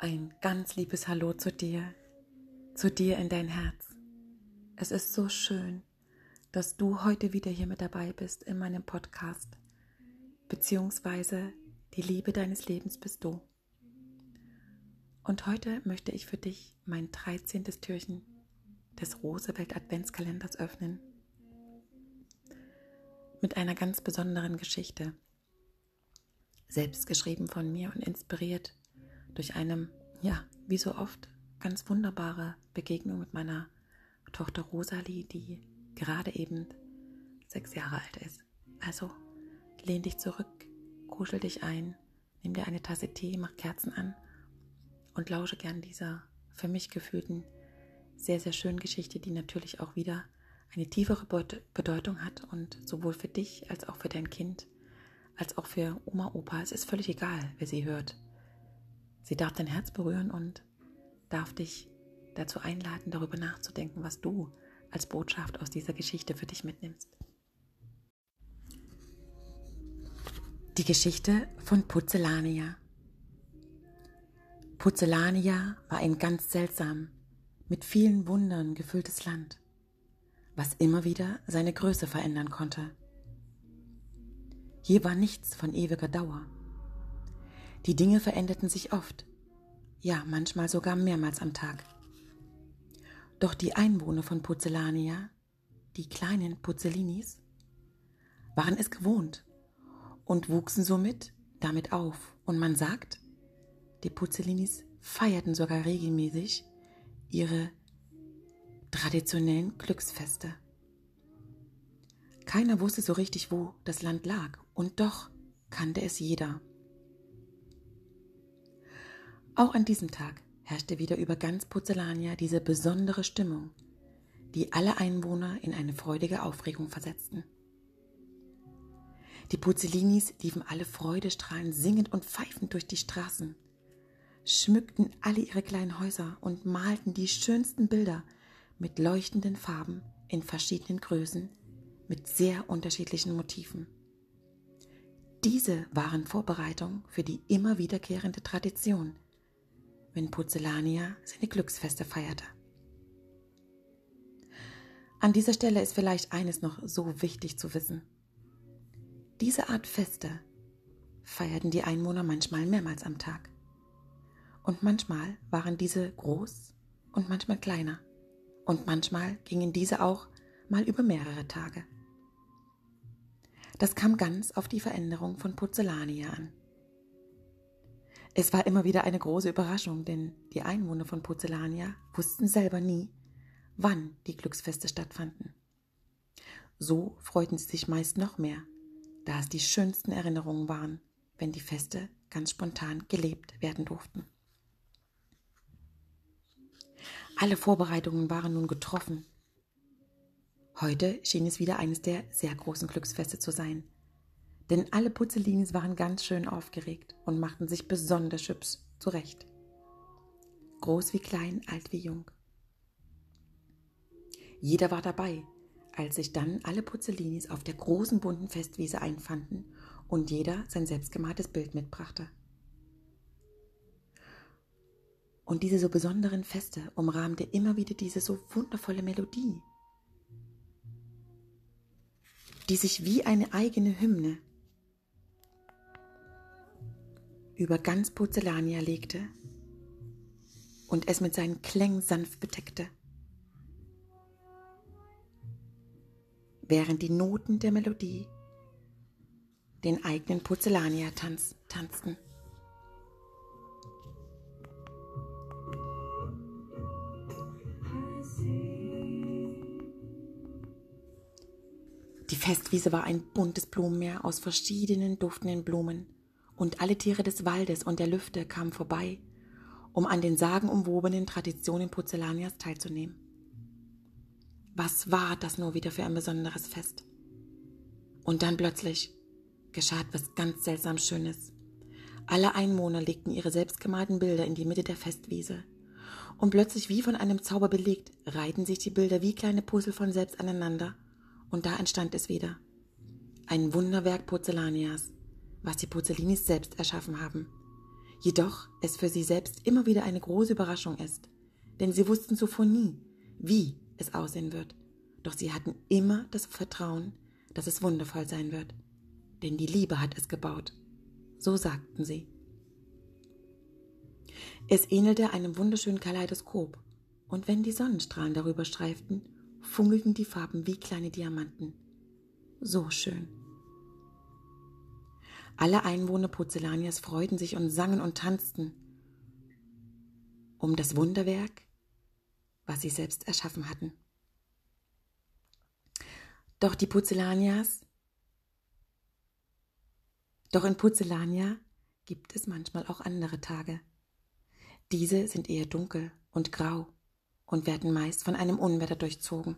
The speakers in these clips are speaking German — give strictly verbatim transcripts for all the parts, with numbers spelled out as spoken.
Ein ganz liebes Hallo zu dir, zu dir in dein Herz. Es ist so schön, dass du heute wieder hier mit dabei bist in meinem Podcast, beziehungsweise die Liebe deines Lebens bist du. Und heute möchte ich für dich mein dreizehntes Türchen des Rosewelt Adventskalenders öffnen. Mit einer ganz besonderen Geschichte, selbst geschrieben von mir und inspiriert durch eine, ja, wie so oft, ganz wunderbare Begegnung mit meiner Tochter Rosalie, die gerade eben sechs Jahre alt ist. Also lehn dich zurück, kuschel dich ein, nimm dir eine Tasse Tee, mach Kerzen an und lausche gern dieser für mich gefühlten, sehr, sehr schönen Geschichte, die natürlich auch wieder eine tiefere Bedeutung hat und sowohl für dich als auch für dein Kind, als auch für Oma, Opa, es ist völlig egal, wer sie hört. Sie darf dein Herz berühren und darf dich dazu einladen, darüber nachzudenken, was du als Botschaft aus dieser Geschichte für dich mitnimmst. Die Geschichte von Pucellania. Pucellania war ein ganz seltsam, mit vielen Wundern gefülltes Land, was immer wieder seine Größe verändern konnte. Hier war nichts von ewiger Dauer. Die Dinge veränderten sich oft, ja manchmal sogar mehrmals am Tag. Doch die Einwohner von Pucellania, die kleinen Pucellinis, waren es gewohnt und wuchsen somit damit auf. Und man sagt, die Pucellinis feierten sogar regelmäßig ihre traditionellen Glücksfeste. Keiner wusste so richtig, wo das Land lag, und doch kannte es jeder. Auch an diesem Tag herrschte wieder über ganz Pucellania diese besondere Stimmung, die alle Einwohner in eine freudige Aufregung versetzten. Die Pucellinis liefen alle freudestrahlend singend und pfeifend durch die Straßen, schmückten alle ihre kleinen Häuser und malten die schönsten Bilder mit leuchtenden Farben in verschiedenen Größen mit sehr unterschiedlichen Motiven. Diese waren Vorbereitung für die immer wiederkehrende Tradition, wenn Pucellania seine Glücksfeste feierte. An dieser Stelle ist vielleicht eines noch so wichtig zu wissen. Diese Art Feste feierten die Einwohner manchmal mehrmals am Tag. Und manchmal waren diese groß und manchmal kleiner. Und manchmal gingen diese auch mal über mehrere Tage. Das kam ganz auf die Veränderung von Pucellania an. Es war immer wieder eine große Überraschung, denn die Einwohner von Pucellania wussten selber nie, wann die Glücksfeste stattfanden. So freuten sie sich meist noch mehr, da es die schönsten Erinnerungen waren, wenn die Feste ganz spontan gelebt werden durften. Alle Vorbereitungen waren nun getroffen. Heute schien es wieder eines der sehr großen Glücksfeste zu sein, denn alle Pucellinis waren ganz schön aufgeregt und machten sich besonders hübsch zurecht. Groß wie klein, alt wie jung. Jeder war dabei, als sich dann alle Pucellinis auf der großen bunten Festwiese einfanden und jeder sein selbstgemaltes Bild mitbrachte. Und diese so besonderen Feste umrahmte immer wieder diese so wundervolle Melodie, die sich wie eine eigene Hymne über ganz Pucellania legte und es mit seinen Klängen sanft bedeckte, während die Noten der Melodie den eigenen Pucellania-Tanz tanzten. Die Festwiese war ein buntes Blumenmeer aus verschiedenen duftenden Blumen, und alle Tiere des Waldes und der Lüfte kamen vorbei, um an den sagenumwobenen Traditionen Pucellanias teilzunehmen. Was war das nur wieder für ein besonderes Fest? Und dann plötzlich geschah etwas ganz seltsam Schönes. Alle Einwohner legten ihre selbstgemalten Bilder in die Mitte der Festwiese. Und plötzlich, wie von einem Zauber belegt, reihten sich die Bilder wie kleine Puzzle von selbst aneinander. Und da entstand es wieder. Ein Wunderwerk Pucellanias, was die Pucellinis selbst erschaffen haben. jedoch es für sie selbst immer wieder eine große Überraschung ist, denn sie wussten zuvor nie, wie es aussehen wird, doch sie hatten immer das Vertrauen, dass es wundervoll sein wird, denn die Liebe hat es gebaut, so sagten sie. Es ähnelte einem wunderschönen Kaleidoskop, und wenn die Sonnenstrahlen darüber streiften, funkelten die Farben wie kleine Diamanten. So schön. Alle Einwohner Porzellanias freuten sich und sangen und tanzten um das Wunderwerk, was sie selbst erschaffen hatten. Doch die Porzellanias, doch in Porzellania gibt es manchmal auch andere Tage. Diese sind eher dunkel und grau und werden meist von einem Unwetter durchzogen.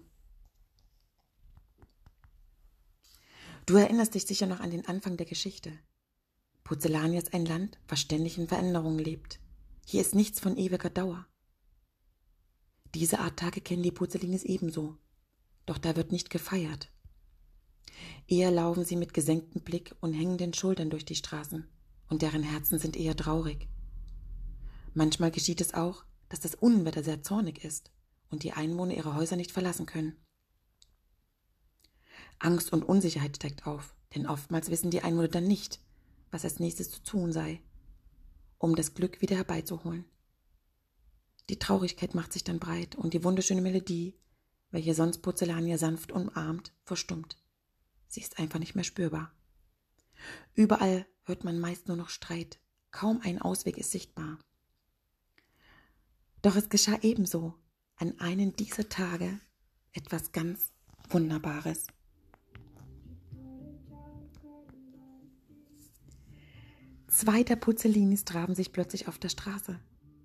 Du erinnerst dich sicher noch an den Anfang der Geschichte. Porzellania ist ein Land, was ständig in Veränderungen lebt. Hier ist nichts von ewiger Dauer. Diese Art Tage kennen die Porzellinis ebenso, doch da wird nicht gefeiert. Eher laufen sie mit gesenktem Blick und hängenden Schultern durch die Straßen, und deren Herzen sind eher traurig. Manchmal geschieht es auch, dass das Unwetter sehr zornig ist und die Einwohner ihre Häuser nicht verlassen können. Angst und Unsicherheit steigt auf, denn oftmals wissen die Einwohner dann nicht, was als nächstes zu tun sei, um das Glück wieder herbeizuholen. Die Traurigkeit macht sich dann breit und die wunderschöne Melodie, welche sonst Porzellania sanft umarmt, verstummt. Sie ist einfach nicht mehr spürbar. Überall hört man meist nur noch Streit, kaum ein Ausweg ist sichtbar. Doch es geschah ebenso an einem dieser Tage etwas ganz Wunderbares. Zwei der Porzellinis trafen sich plötzlich auf der Straße.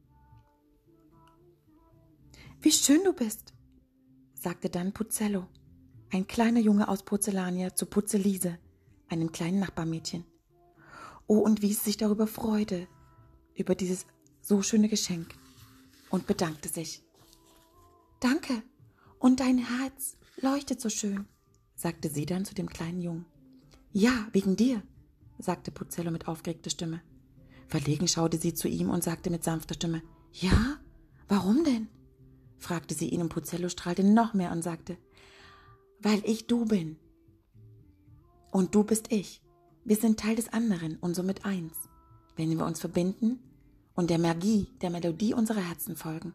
»Wie schön du bist«, sagte dann Puzzello, ein kleiner Junge aus Porzellania, zu Puzzellise, einem kleinen Nachbarmädchen. Oh, und wie sie sich darüber freute, über dieses so schöne Geschenk, und bedankte sich. »Danke, und dein Herz leuchtet so schön«, sagte sie dann zu dem kleinen Jungen. »Ja, wegen dir«, sagte Puzzello mit aufgeregter Stimme. Verlegen schaute sie zu ihm und sagte mit sanfter Stimme, »Ja, warum denn?« fragte sie ihn und Puzzello strahlte noch mehr und sagte, »Weil ich du bin. Und du bist ich. Wir sind Teil des anderen und somit eins, wenn wir uns verbinden und der Magie, der Melodie unserer Herzen folgen.«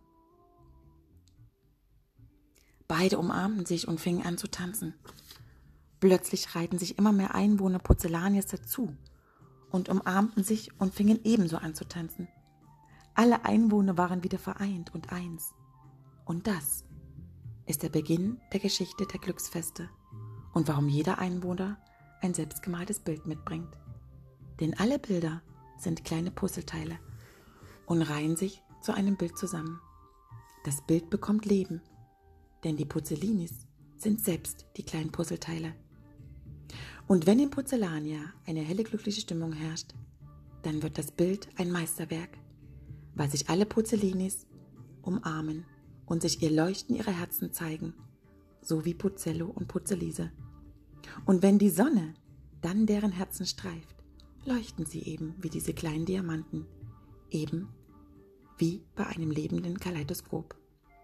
Beide umarmten sich und fingen an zu tanzen. Plötzlich reihten sich immer mehr Einwohner Porzellanias dazu und umarmten sich und fingen ebenso an zu tanzen. Alle Einwohner waren wieder vereint und eins. Und das ist der Beginn der Geschichte der Glücksfeste und warum jeder Einwohner ein selbstgemaltes Bild mitbringt. Denn alle Bilder sind kleine Puzzleteile und reihen sich zu einem Bild zusammen. Das Bild bekommt Leben, denn die Porzellinis sind selbst die kleinen Puzzleteile. Und wenn in Porzellania eine helle, glückliche Stimmung herrscht, dann wird das Bild ein Meisterwerk, weil sich alle Porzellinis umarmen und sich ihr Leuchten ihrer Herzen zeigen, so wie Puzzello und Puzzellise. Und wenn die Sonne dann deren Herzen streift, leuchten sie eben wie diese kleinen Diamanten, eben wie bei einem lebenden Kaleidoskop.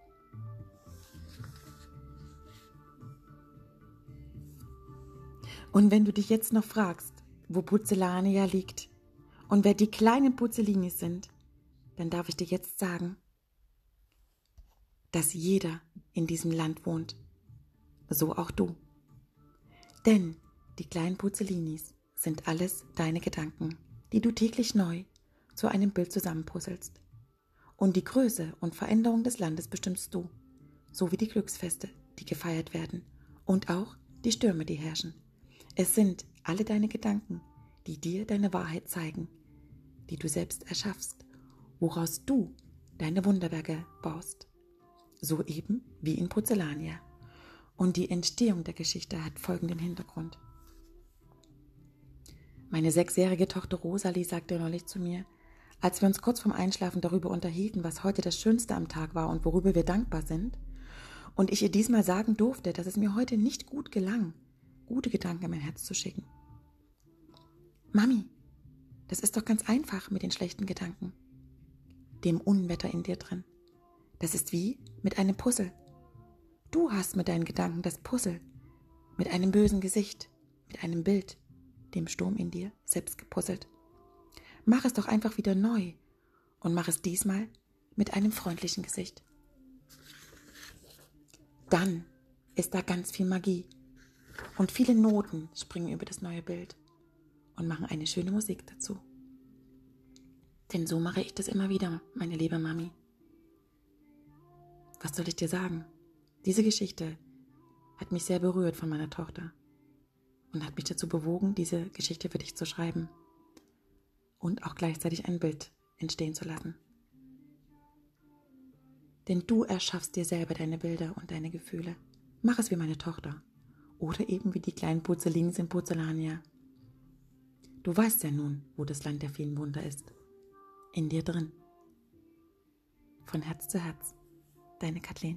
Und wenn du dich jetzt noch fragst, wo Porzellania liegt und wer die kleinen Porzellinis sind, dann darf ich dir jetzt sagen, dass jeder in diesem Land wohnt, so auch du. Denn die kleinen Porzellinis sind alles deine Gedanken, die du täglich neu zu einem Bild zusammenpuzzelst. Und die Größe und Veränderung des Landes bestimmst du, so wie die Glücksfeste, die gefeiert werden, und auch die Stürme, die herrschen. Es sind alle deine Gedanken, die dir deine Wahrheit zeigen, die du selbst erschaffst, woraus du deine Wunderwerke baust. So eben wie in Porzellania. Und die Entstehung der Geschichte hat folgenden Hintergrund. Meine sechsjährige Tochter Rosalie sagte neulich zu mir, als wir uns kurz vorm Einschlafen darüber unterhielten, was heute das Schönste am Tag war und worüber wir dankbar sind, und ich ihr diesmal sagen durfte, dass es mir heute nicht gut gelang, gute Gedanken in mein Herz zu schicken. Mami, Das ist doch ganz einfach mit den schlechten Gedanken, dem Unwetter in dir drin. Das ist wie mit einem Puzzle. Du hast mit deinen Gedanken das Puzzle, mit einem bösen Gesicht, mit einem Bild, dem Sturm in dir selbst gepuzzelt. Mach es doch einfach wieder neu und mach es diesmal mit einem freundlichen Gesicht. Dann ist da ganz viel Magie und viele Noten springen über das neue Bild und machen eine schöne Musik dazu. Denn so mache ich das immer wieder, meine liebe Mami. Was soll ich dir sagen? Diese Geschichte hat mich sehr berührt von meiner Tochter und hat mich dazu bewogen, diese Geschichte für dich zu schreiben und auch gleichzeitig ein Bild entstehen zu lassen. Denn du erschaffst dir selber deine Bilder und deine Gefühle. Mach es wie meine Tochter oder eben wie die kleinen Puzzolins in Puzzolania. Du weißt ja nun, wo das Land der vielen Wunder ist. In dir drin. Von Herz zu Herz. Deine Kathleen.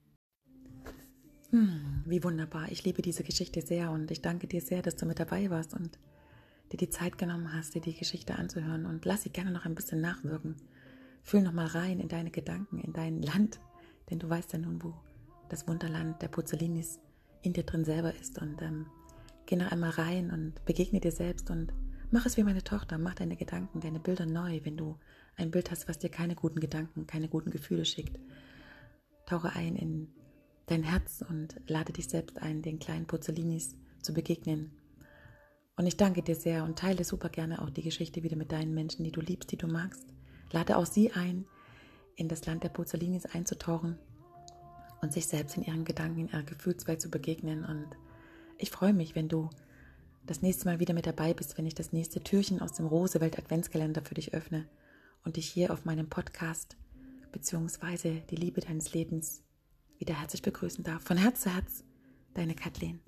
Hm, wie wunderbar. Ich liebe diese Geschichte sehr und ich danke dir sehr, dass du mit dabei warst und dir die Zeit genommen hast, dir die Geschichte anzuhören. Und lass sie gerne noch ein bisschen nachwirken. Fühl noch mal rein in deine Gedanken, in dein Land. Denn du weißt ja nun, wo das Wunderland der Puzzolinis in dir drin selber ist. Und ähm, geh noch einmal rein und begegne dir selbst und mach es wie meine Tochter. Mach deine Gedanken, deine Bilder neu, wenn du ein Bild hast, was dir keine guten Gedanken, keine guten Gefühle schickt. Tauche ein in dein Herz und lade dich selbst ein, den kleinen Puzzolinis zu begegnen. Und ich danke dir sehr und teile super gerne auch die Geschichte wieder mit deinen Menschen, die du liebst, die du magst. Lade auch sie ein, in das Land der Puzzolinis einzutauchen und sich selbst in ihren Gedanken, in ihrer Gefühlswelt zu begegnen. Und ich freue mich, wenn du das nächste Mal wieder mit dabei bist, wenn ich das nächste Türchen aus dem Rosewelt Adventskalender für dich öffne und dich hier auf meinem Podcast beziehungsweise die Liebe deines Lebens wieder herzlich begrüßen darf. Von Herz zu Herz, deine Kathleen.